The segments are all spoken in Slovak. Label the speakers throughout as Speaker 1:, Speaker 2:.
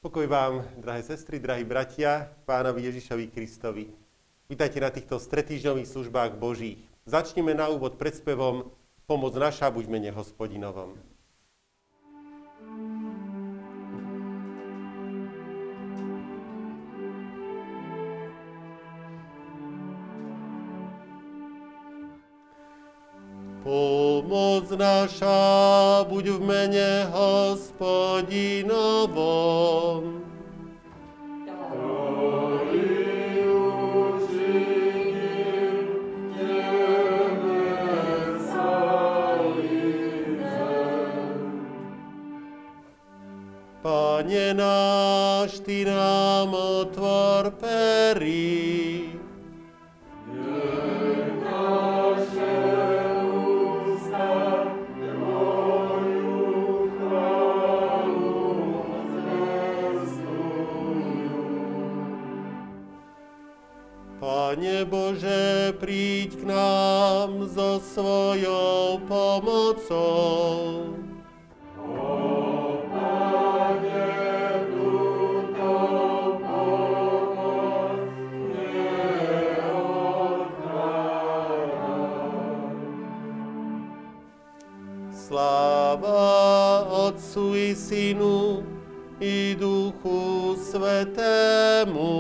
Speaker 1: Pokoj vám, drahé sestry, drahí bratia, Pánovi Ježišovi Kristovi. Vítajte na týchto stretýždňových službách Božích. Začneme na úvod predspevom Pomoc naša, buď v mene Hospodinovom. Pomoc naša, buď v mene Hospodinovom. Pane náš, Ty nám otvor pery. Pane Bože, príď k nám so svojou pomocou.
Speaker 2: Pane, túto pomoc neodkladaj.
Speaker 1: Sláva Otcu i Synu i Duchu Svätému.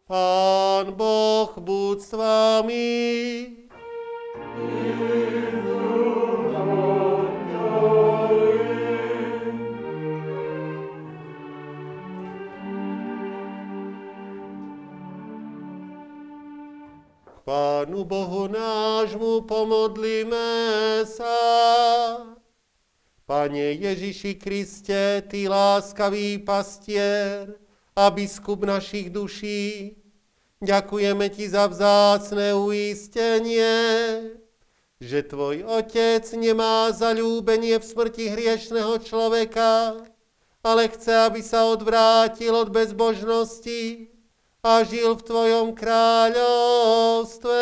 Speaker 1: Pán Boh buď s vami. Pánu Bohu nášmu pomodlíme sa. Pane Ježiši Kriste, Ty láskavý pastier a biskup našich duší, ďakujeme Ti za vzácne uistenie, že Tvoj Otec nemá zaľúbenie v smrti hriešného človeka, ale chce, aby sa odvrátil od bezbožnosti a žil v Tvojom kráľovstve.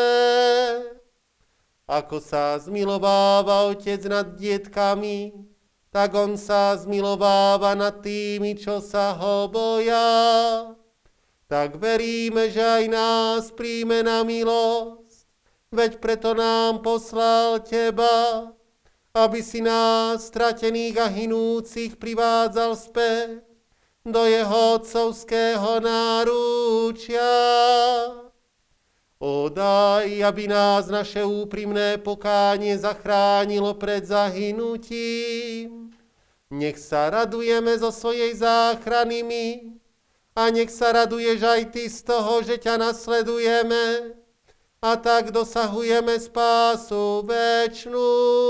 Speaker 1: Ako sa zmilováva Otec nad dietkami, tak On sa zmilováva nad tými, čo sa Ho boja. Tak veríme, že aj nás príjme na milosť, veď preto nám poslal Teba, aby si nás, stratených a hinúcich, privádzal späť do jeho otcovského náručia. O daj, aby nás naše úprimné pokánie zachránilo pred zahynutím. Nech sa radujeme zo svojej záchrany my, a nech sa raduješ aj Ty z toho, že ťa nasledujeme, a tak dosahujeme spásu večnú.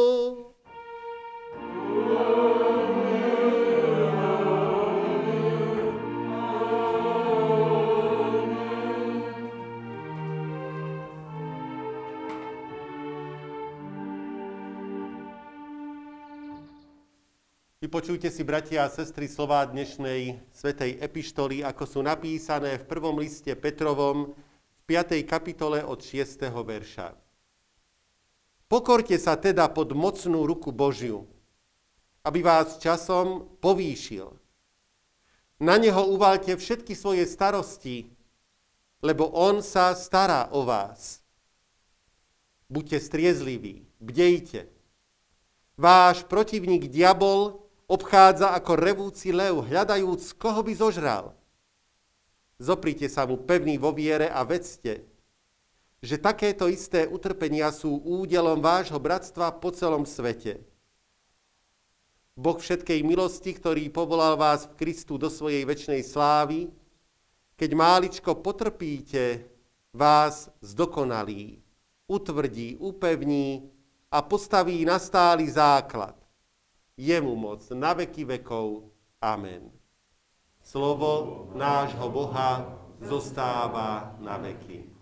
Speaker 1: Vypočujte si, bratia a sestry, slová dnešnej svätej epištoly, ako sú napísané v prvom liste Petrovom v 5. kapitole od 6. verša. Pokorte sa teda pod mocnú ruku Božiu, aby vás časom povýšil. Na neho uvalte všetky svoje starosti, lebo on sa stará o vás. Buďte striezliví, bdejte. Váš protivník diabol obchádza ako revúci lev, hľadajúc, koho by zožral. Zoprite sa mu pevný vo viere a vedzte, že takéto isté utrpenia sú údelom vášho bratstva po celom svete. Boh všetkej milosti, ktorý povolal vás v Kristu do svojej večnej slávy, keď máličko potrpíte, vás zdokonalí, utvrdí, upevní a postaví na stály základ. Jemu moc na veky vekov. Amen. Slovo nášho Boha zostáva na veky.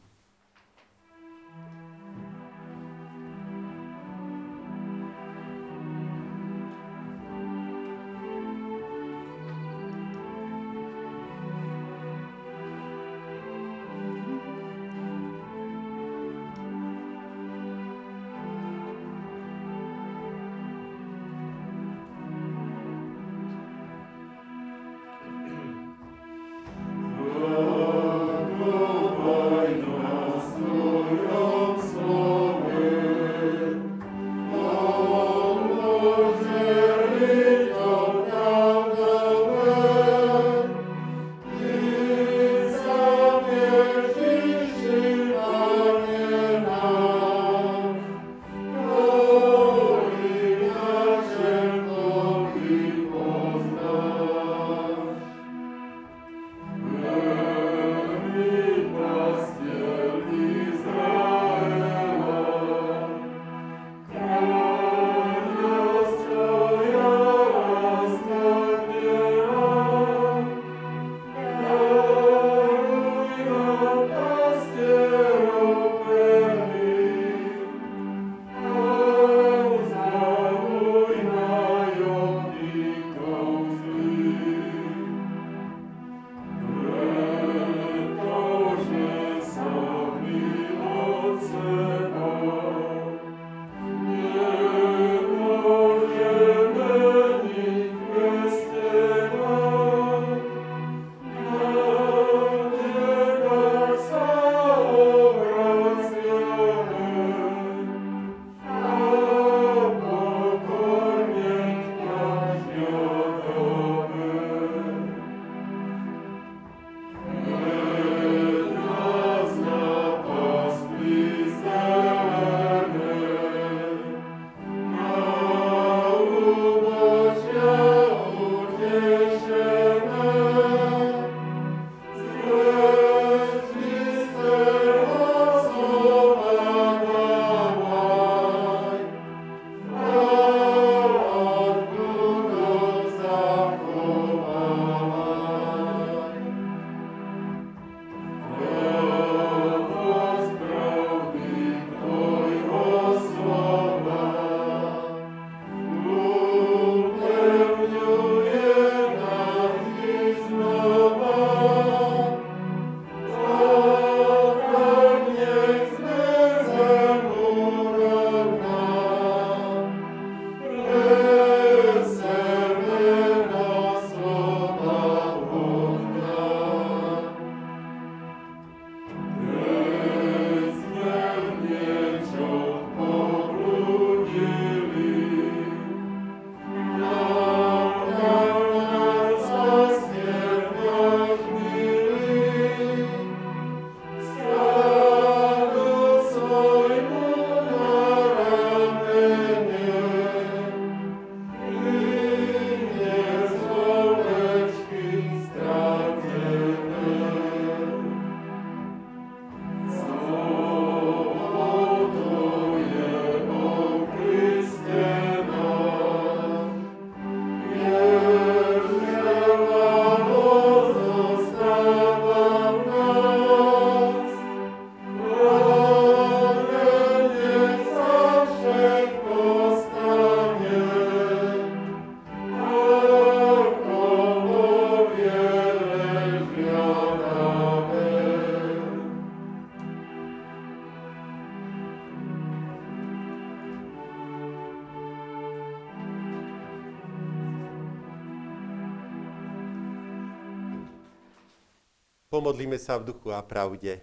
Speaker 1: Pomodlíme sa v duchu a pravde.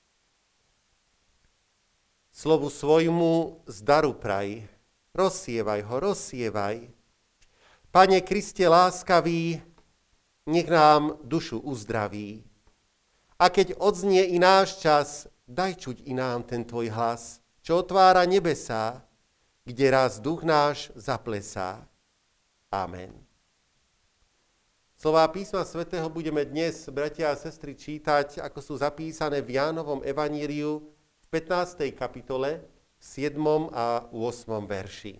Speaker 1: Slovu svojmu zdaru praj, rozsievaj ho, rozsievaj. Pane Kriste láskavý, nech nám dušu uzdraví. A keď odznie i náš čas, daj čuť i nám ten tvoj hlas, čo otvára nebesá, kde raz duch náš zaplesá. Amen. Slová písma svätého budeme dnes, bratia a sestry, čítať, ako sú zapísané v Jánovom evaníliu v 15. kapitole, v 7. a 8. verši.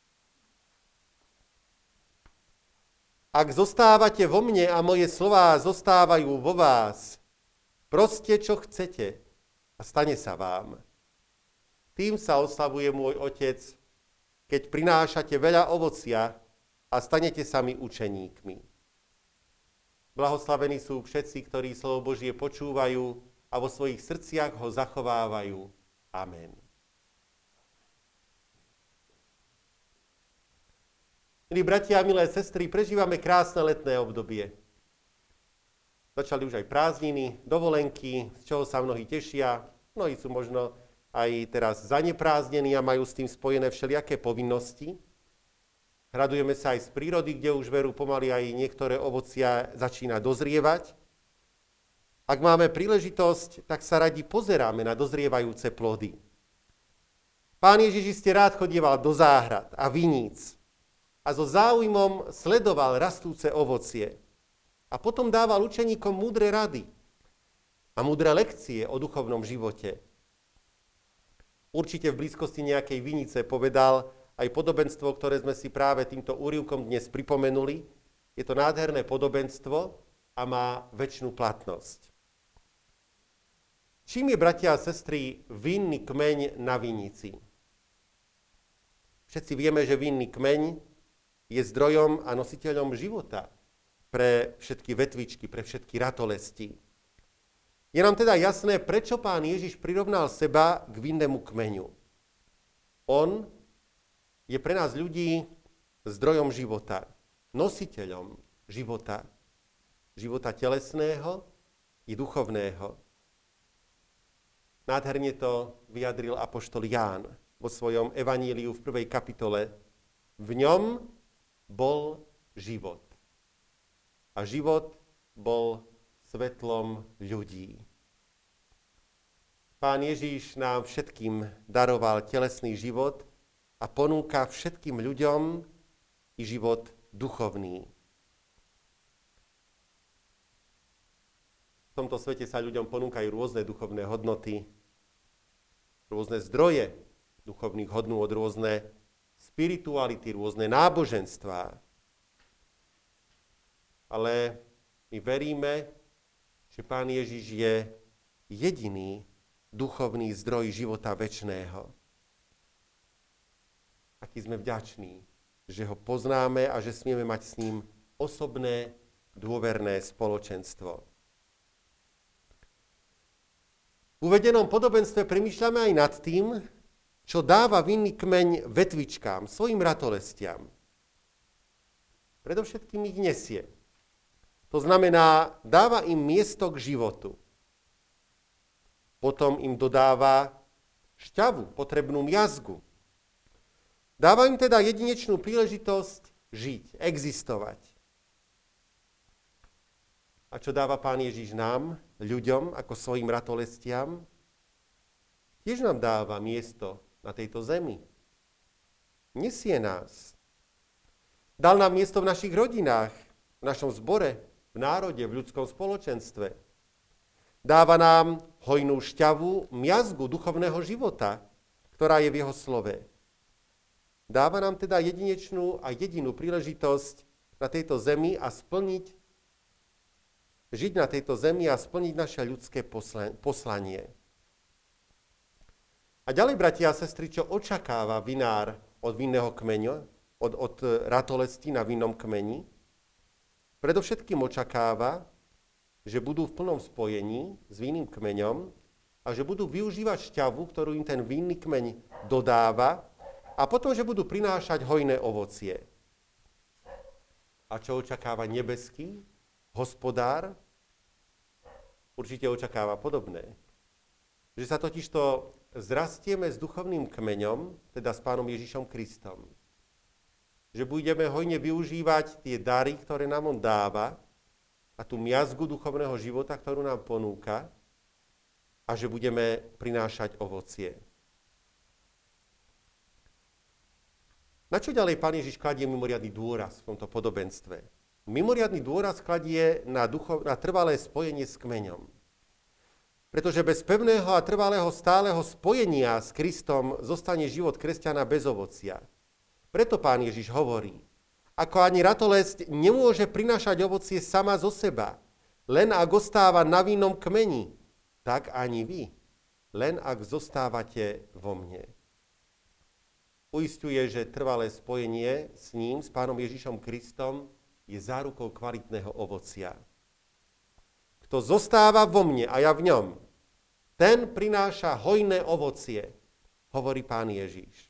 Speaker 1: Ak zostávate vo mne a moje slová zostávajú vo vás, proste, čo chcete a stane sa vám. Tým sa oslavuje môj Otec, keď prinášate veľa ovocia a stanete sami učeníkmi. Blahoslavení sú všetci, ktorí slovo Božie počúvajú a vo svojich srdciach ho zachovávajú. Amen. Milí bratia a milé sestry, prežívame krásne letné obdobie. Začali už aj prázdniny, dovolenky, z čoho sa mnohí tešia. Mnohí sú možno aj teraz zaneprázdnení a majú s tým spojené všelijaké povinnosti. Radujeme sa aj z prírody, kde už veru pomaly aj niektoré ovocia začína dozrievať. Ak máme príležitosť, tak sa radi pozeráme na dozrievajúce plody. Pán Ježiš iste rád chodieval do záhrad a viníc a so záujmom sledoval rastúce ovocie. A potom dával učeníkom múdre rady a múdre lekcie o duchovnom živote. Určite v blízkosti nejakej vinice povedal aj podobenstvo, ktoré sme si práve týmto úryvkom dnes pripomenuli. Je to nádherné podobenstvo a má večnú platnosť. Čím je, bratia a sestry, vinný kmeň na vinici? Všetci vieme, že vinný kmeň je zdrojom a nositeľom života pre všetky vetvičky, pre všetky ratolesti. Je nám teda jasné, prečo Pán Ježiš prirovnal seba k vinnému kmeňu. On je pre nás ľudí zdrojom života, nositeľom života. Života telesného i duchovného. Nádherne to vyjadril apoštol Ján vo svojom evaníliu v 1. kapitole. V ňom bol život. A život bol svetlom ľudí. Pán Ježiš nám všetkým daroval telesný život a ponúka všetkým ľuďom i život duchovný. V tomto svete sa ľuďom ponúkajú rôzne duchovné hodnoty, rôzne zdroje duchovných hodnôt, rôzne spirituality, rôzne náboženstvá. Ale my veríme, že Pán Ježiš je jediný duchovný zdroj života večného. Aký sme vďační, že ho poznáme a že smieme mať s ním osobné, dôverné spoločenstvo. V uvedenom podobenstve premýšľame aj nad tým, čo dáva vinný kmeň vetvičkám, svojim ratolestiam. Predovšetkým ich nesie. To znamená, dáva im miesto k životu. Potom im dodáva šťavu, potrebnú miazgu. Dáva im teda jedinečnú príležitosť žiť, existovať. A čo dáva Pán Ježiš nám, ľuďom, ako svojim ratolestiam? Tiež nám dáva miesto na tejto zemi. Nesie nás. Dal nám miesto v našich rodinách, v našom zbore, v národe, v ľudskom spoločenstve. Dáva nám hojnú šťavu, miazgu duchovného života, ktorá je v jeho slove. Dáva nám teda jedinečnú a jedinú príležitosť na tejto zemi a žiť na tejto zemi a splniť naše ľudské poslanie. A ďalej, bratia a sestry, čo očakáva vinár od vinného kmeňa, od ratolesti na vinnom kmeni? Predovšetkým očakáva, že budú v plnom spojení s vinným kmeňom a že budú využívať šťavu, ktorú im ten vinný kmeň dodáva, a potom, že budú prinášať hojné ovocie. A čo očakáva nebeský hospodár? určite očakáva podobné. Že sa totižto zrastieme s duchovným kmeňom, teda s Pánom Ježišom Kristom. Že budeme hojne využívať tie dary, ktoré nám on dáva a tú miazgu duchovného života, ktorú nám ponúka a že budeme prinášať ovocie. Na čo ďalej Pán Ježiš kladie mimoriadny dôraz v tomto podobenstve? Mimoriadny dôraz kladie na trvalé spojenie s kmeňom. Pretože bez pevného a trvalého stáleho spojenia s Kristom zostane život kresťana bez ovocia. Preto Pán Ježiš hovorí, ako ani ratolesť nemôže prinášať ovocie sama zo seba, len ak ostáva na vinnom kmeni, tak ani vy, len ak zostávate vo mne. Uisťuje, že trvalé spojenie s ním, s Pánom Ježišom Kristom, je zárukou kvalitného ovocia. Kto zostáva vo mne a ja v ňom, ten prináša hojné ovocie, hovorí Pán Ježiš.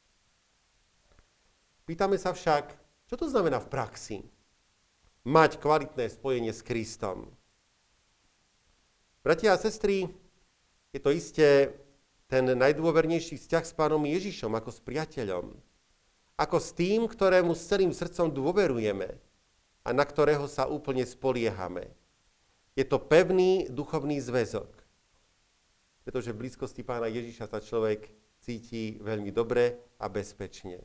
Speaker 1: Pýtame sa však, čo to znamená v praxi? Mať kvalitné spojenie s Kristom. Bratia a sestry, je to isté ten najdôvernejší vzťah s Pánom Ježišom ako s priateľom. Ako s tým, ktorému s celým srdcom dôverujeme a na ktorého sa úplne spoliehame. Je to pevný duchovný zväzok. Pretože v blízkosti Pána Ježiša sa človek cíti veľmi dobre a bezpečne.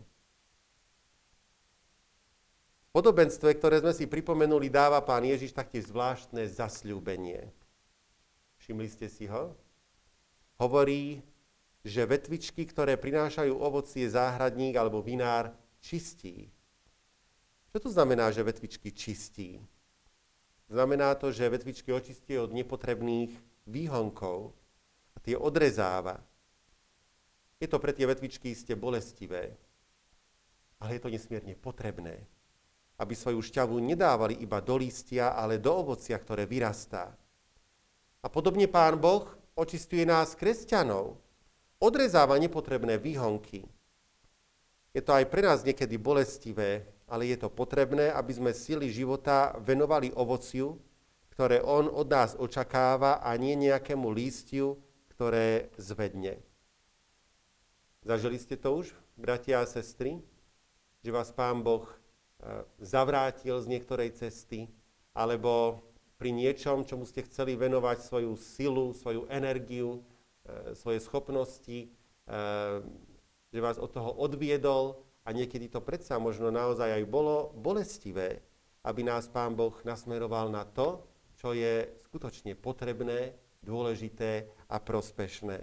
Speaker 1: V podobenstve, ktoré sme si pripomenuli, dáva Pán Ježiš taktiež zvláštne zasľúbenie. Všimli ste si ho? Hovorí, že vetvičky, ktoré prinášajú ovocie záhradník alebo vinár, čistí. Čo to znamená, že vetvičky čistí? Znamená to, že vetvičky očistí od nepotrebných výhonkov a tie odrezáva. Je to pre tie vetvičky iste bolestivé, ale je to nesmierne potrebné, aby svoju šťavu nedávali iba do lístia, ale do ovocia, ktoré vyrastá. A podobne Pán Boh očistuje nás, kresťanov, odrezáva nepotrebné výhonky. Je to aj pre nás niekedy bolestivé, ale je to potrebné, aby sme sily života venovali ovociu, ktoré on od nás očakáva a nie nejakému lístiu, ktoré zvedne. Zažili ste to už, bratia a sestry, že vás Pán Boh zavrátil z niektorej cesty, alebo pri niečom, čomu ste chceli venovať svoju silu, svoju energiu, svoje schopnosti, že vás od toho odviedol a niekedy to predsa možno naozaj aj bolo bolestivé, aby nás Pán Boh nasmeroval na to, čo je skutočne potrebné, dôležité a prospešné.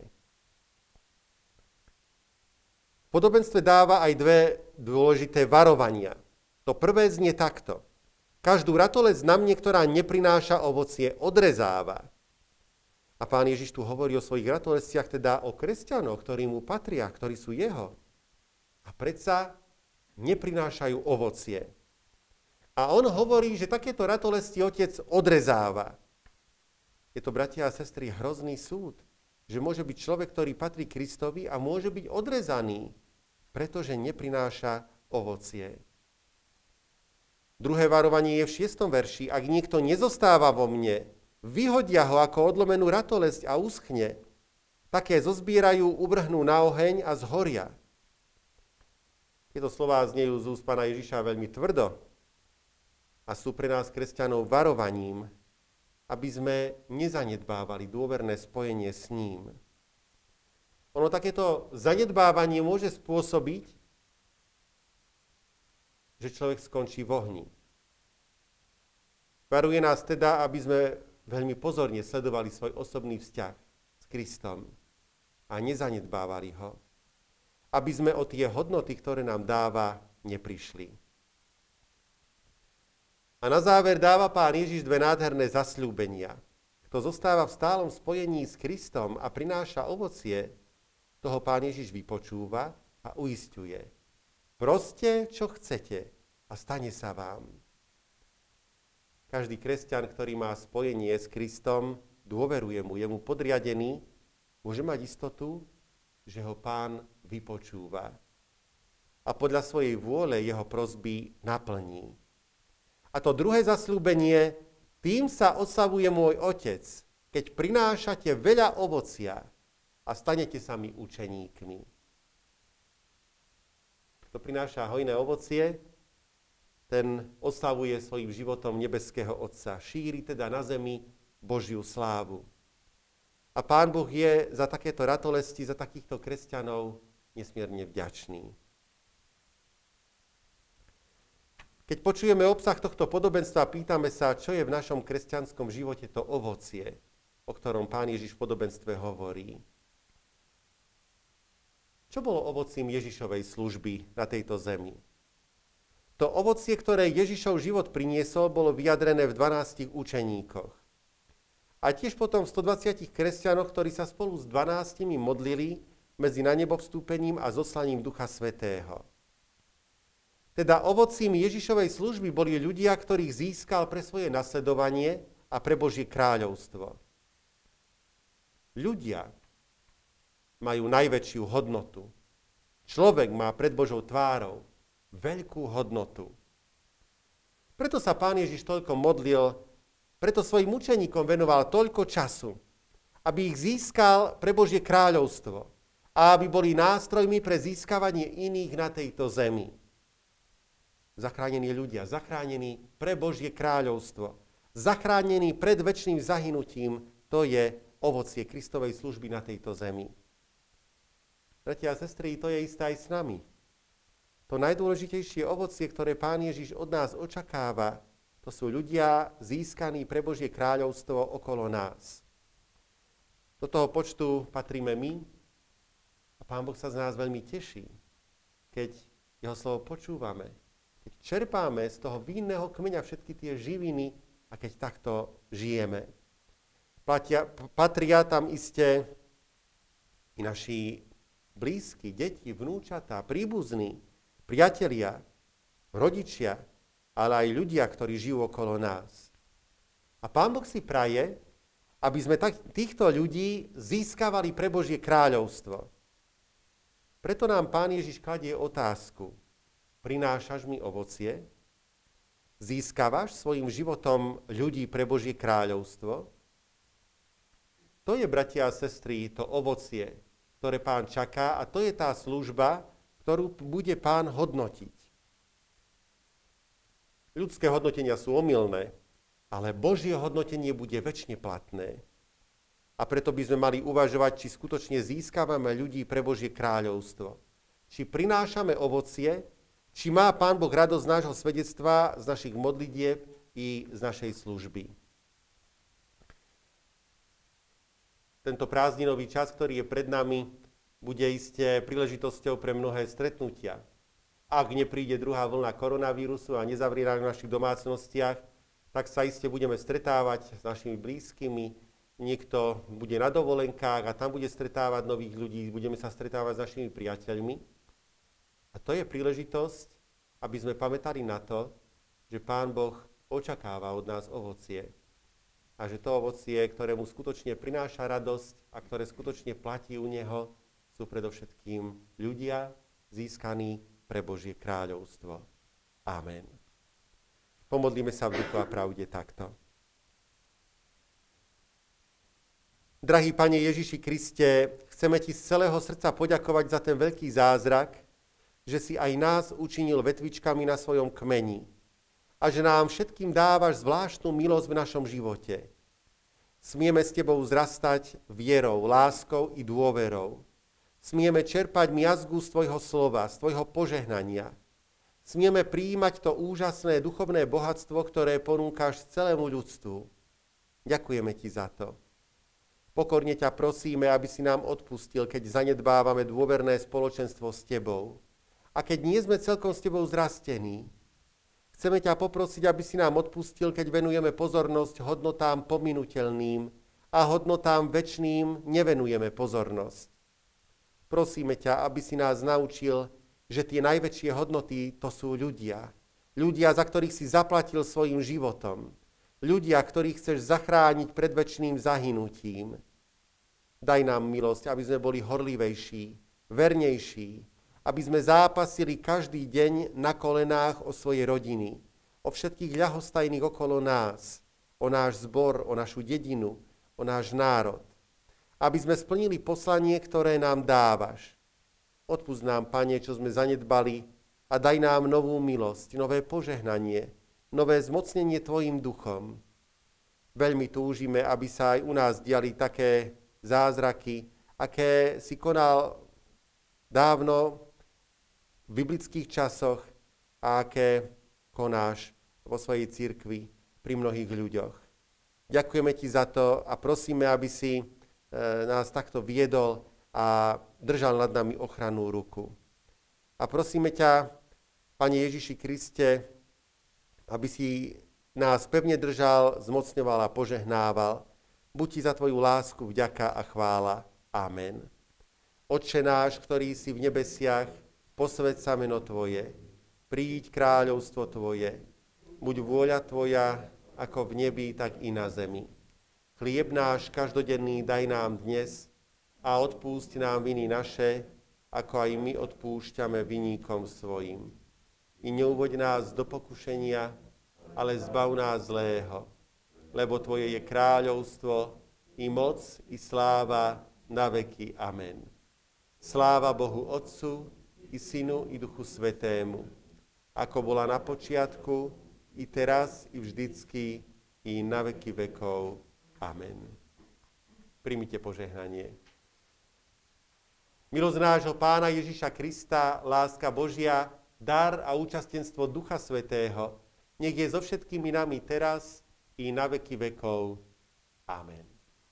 Speaker 1: V podobenstve dáva aj dve dôležité varovania. To prvé znie takto. Každú ratolesť na mne, ktorá neprináša ovocie, odrezáva. A Pán Ježiš tu hovorí o svojich ratolestiach, teda o kresťanoch, ktorí mu patria, ktorí sú jeho. A predsa neprinášajú ovocie. A on hovorí, že takéto ratolesti otec odrezáva. Je to, bratia a sestry, hrozný súd, že môže byť človek, ktorý patrí Kristovi a môže byť odrezaný, pretože neprináša ovocie. Druhé varovanie je v 6. verši. Ak niekto nezostáva vo mne, vyhodia ho ako odlomenú ratolesť a uschne. Také zozbierajú, uvrhnú na oheň a zhoria. Tieto slová znejú z úst Pána Ježiša veľmi tvrdo a sú pre nás kresťanov varovaním, aby sme nezanedbávali dôverné spojenie s ním. Ono takéto zanedbávanie môže spôsobiť, že človek skončí v ohni. Varuje nás teda, aby sme veľmi pozorne sledovali svoj osobný vzťah s Kristom a nezanedbávali ho, aby sme o tie hodnoty, ktoré nám dáva, neprišli. A na záver dáva Pán Ježiš dve nádherné zasľúbenia. Kto zostáva v stálom spojení s Kristom a prináša ovocie, toho Pán Ježiš vypočúva a uisťuje. Proste, čo chcete a stane sa vám. Každý kresťan, ktorý má spojenie s Kristom, dôveruje mu, je mu podriadený, môže mať istotu, že ho Pán vypočúva. A podľa svojej vôle jeho prosby naplní. A to druhé zasľúbenie, tým sa oslavuje môj Otec, keď prinášate veľa ovocia a stanete sa mi učeníkmi. Kto prináša hojné ovocie, ten oslavuje svojím životom nebeského Otca. Šíri teda na zemi Božiu slávu. A Pán Boh je za takéto ratolesti, za takýchto kresťanov nesmierne vďačný. Keď počujeme obsah tohto podobenstva, pýtame sa, čo je v našom kresťanskom živote to ovocie, o ktorom Pán Ježiš v podobenstve hovorí. Čo bolo ovocím Ježišovej služby na tejto zemi? To ovocie, ktoré Ježišov život priniesol, bolo vyjadrené v 12 učeníkoch. A tiež potom v 120 kresťanoch, ktorí sa spolu s 12 modlili medzi na nebo vstúpením a zoslaním Ducha Svätého. Teda ovocím Ježišovej služby boli ľudia, ktorých získal pre svoje nasledovanie a pre Božie kráľovstvo. Ľudia majú najväčšiu hodnotu. Človek má pred Božou tvárou veľkú hodnotu. Preto sa Pán Ježiš toľko modlil, preto svojim učeníkom venoval toľko času, aby ich získal pre Božie kráľovstvo a aby boli nástrojmi pre získavanie iných na tejto zemi. Zachránení ľudia, zachránení pre Božie kráľovstvo, zachránení pred večným zahynutím, to je ovocie Kristovej služby na tejto zemi. Bratia a sestry, to je isté aj s nami. To najdôležitejšie ovocie, ktoré Pán Ježiš od nás očakáva, to sú ľudia získaní pre Božie kráľovstvo okolo nás. Do toho počtu patríme my a Pán Boh sa z nás veľmi teší, keď jeho slovo počúvame, keď čerpáme z toho vínneho kmeňa všetky tie živiny a keď takto žijeme. Patria tam iste i naši blízki, deti, vnúčatá, príbuzní, priatelia, rodičia, ale aj ľudia, ktorí žijú okolo nás. A Pán Boh si praje, aby sme týchto ľudí získavali pre Božie kráľovstvo. Preto nám Pán Ježiš kladie otázku. Prinášaš mi ovocie? Získavaš svojim životom ľudí pre Božie kráľovstvo? To je, bratia a sestry, to ovocie, ktoré Pán čaká a to je tá služba, ktorú bude Pán hodnotiť. Ľudské hodnotenia sú omylné, ale Božie hodnotenie bude večne platné. A preto by sme mali uvažovať, či skutočne získavame ľudí pre Božie kráľovstvo. Či prinášame ovocie, či má Pán Boh radosť z nášho svedectva, z našich modlitieb i z našej služby. Tento prázdninový čas, ktorý je pred nami, bude iste príležitosťou pre mnohé stretnutia. Ak nepríde druhá vlna koronavírusu a nezavrie nás v našich domácnostiach, tak sa iste budeme stretávať s našimi blízkymi. Niekto bude na dovolenkách a tam bude stretávať nových ľudí, budeme sa stretávať s našimi priateľmi. A to je príležitosť, aby sme pamätali na to, že Pán Boh očakáva od nás ovocie. A že to ovocie, ktorému skutočne prináša radosť a ktoré skutočne platí u Neho, sú predovšetkým ľudia získaní pre Božie kráľovstvo. Amen. Pomodlíme sa v duchu a pravde takto. Drahý Pane Ježiši Kriste, chceme Ti z celého srdca poďakovať za ten veľký zázrak, že si aj nás učinil vetvičkami na svojom kmeni a že nám všetkým dávaš zvláštnu milosť v našom živote. Smieme s Tebou zrastať vierou, láskou i dôverou. Smieme čerpať miazgu z Tvojho slova, z Tvojho požehnania. Smieme prijímať to úžasné duchovné bohatstvo, ktoré ponúkaš celému ľudstvu. Ďakujeme Ti za to. Pokorne ťa prosíme, aby si nám odpustil, keď zanedbávame dôverné spoločenstvo s Tebou. A keď nie sme celkom s Tebou zrastení, chceme ťa poprosiť, aby si nám odpustil, keď venujeme pozornosť hodnotám pominuteľným a hodnotám večným nevenujeme pozornosť. Prosíme ťa, aby si nás naučil, že tie najväčšie hodnoty to sú ľudia. Ľudia, za ktorých si zaplatil svojim životom. Ľudia, ktorých chceš zachrániť pred večným zahynutím. Daj nám milosť, aby sme boli horlivejší, vernejší, aby sme zápasili každý deň na kolenách o svoje rodiny, o všetkých ľahostajných okolo nás, o náš zbor, o našu dedinu, o náš národ, aby sme splnili poslanie, ktoré nám dávaš. Odpusť nám, Pane, čo sme zanedbali a daj nám novú milosť, nové požehnanie, nové zmocnenie Tvojim duchom. Veľmi túžime, aby sa aj u nás diali také zázraky, aké si konal dávno v biblických časoch a aké konáš vo svojej cirkvi pri mnohých ľuďoch. Ďakujeme Ti za to a prosíme, aby si nás takto viedol a držal nad nami ochrannú ruku. A prosíme ťa, Pane Ježiši Kriste, aby si nás pevne držal, zmocňoval a požehnával. Buď Ti za Tvoju lásku vďaka a chvála. Amen. Otče náš, ktorý si v nebesiach, posväť sa meno Tvoje, príď kráľovstvo Tvoje, buď vôľa Tvoja, ako v nebi, tak i na zemi. Chlieb náš každodenný daj nám dnes a odpúšť nám viny naše, ako aj my odpúšťame viníkom svojim. I neuvoď nás do pokušenia, ale zbav nás zlého, lebo Tvoje je kráľovstvo, i moc, i sláva na veky. Amen. Sláva Bohu Otcu, i Synu, i Duchu Svätému, ako bola na počiatku, i teraz, i vždycky, i na veky vekov. Amen. Príjmite požehnanie. Milosť nášho Pána Ježiša Krista, láska Božia, dar a účastenstvo Ducha Svätého, nech je so všetkými nami teraz i na veky vekov. Amen.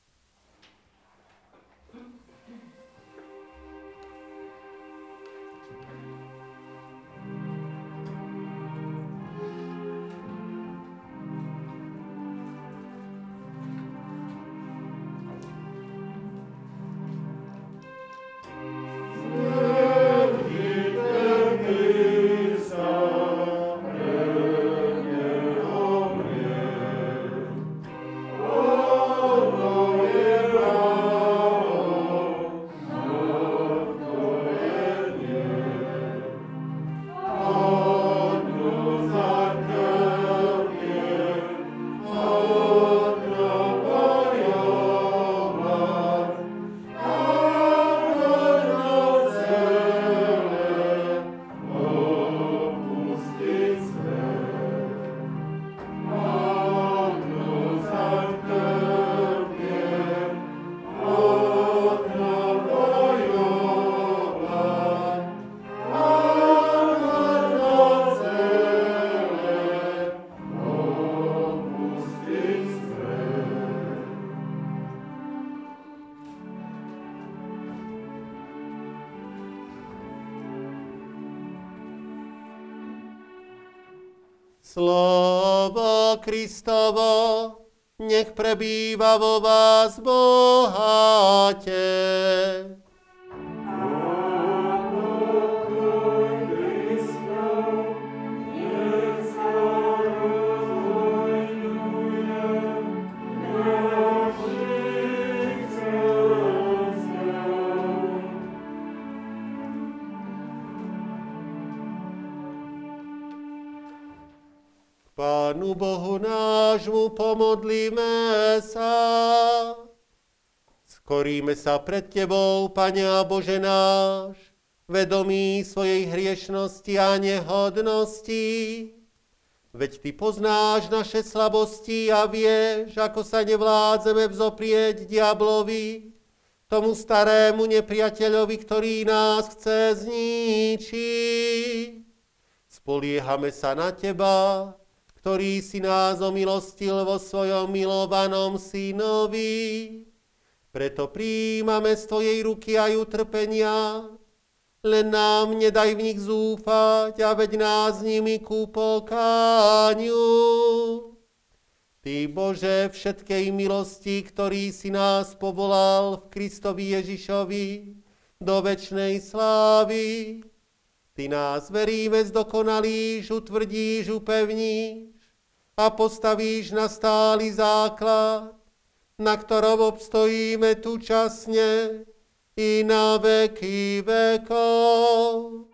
Speaker 1: Slovo Kristovo, nech prebýva vo vás bohate. Pánu Bohu nášmu pomodlíme sa. Skoríme sa pred Tebou, Pane a Bože náš, vedomí svojej hriešnosti a nehodnosti. Veď Ty poznáš naše slabosti a vieš, ako sa nevládzeme vzoprieť diablovi, tomu starému nepriateľovi, ktorý nás chce zničiť. Spoliehame sa na Teba, ktorý si nás omilostil vo svojom milovanom synovi. Preto prijímame z Tvojej ruky aj utrpenia, len nám nedaj v nich zúfať a veď nás nimi ku pokániu. Ty, Bože, všetkej milosti, ktorý si nás povolal v Kristovi Ježišovi do večnej slávy, Ty nás, veríme, zdokonalíš, utvrdíš, upevníš a postavíš na stály základ, na ktorom obstojíme tu časne i na veky vekov.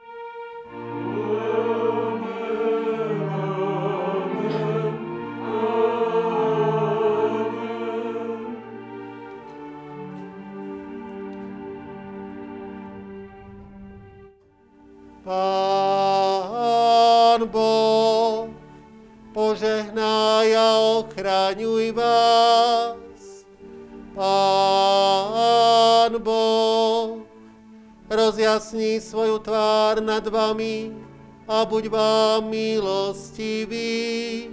Speaker 1: požehnaj a ochraňuj vás. Pán Boh rozjasní svoju tvár nad vami a buď vám milostivý.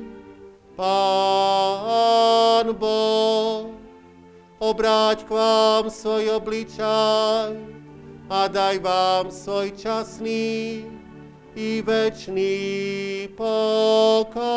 Speaker 1: Pán Boh obráť k vám svoj obličaj a daj vám svoj časný i večný pokoj.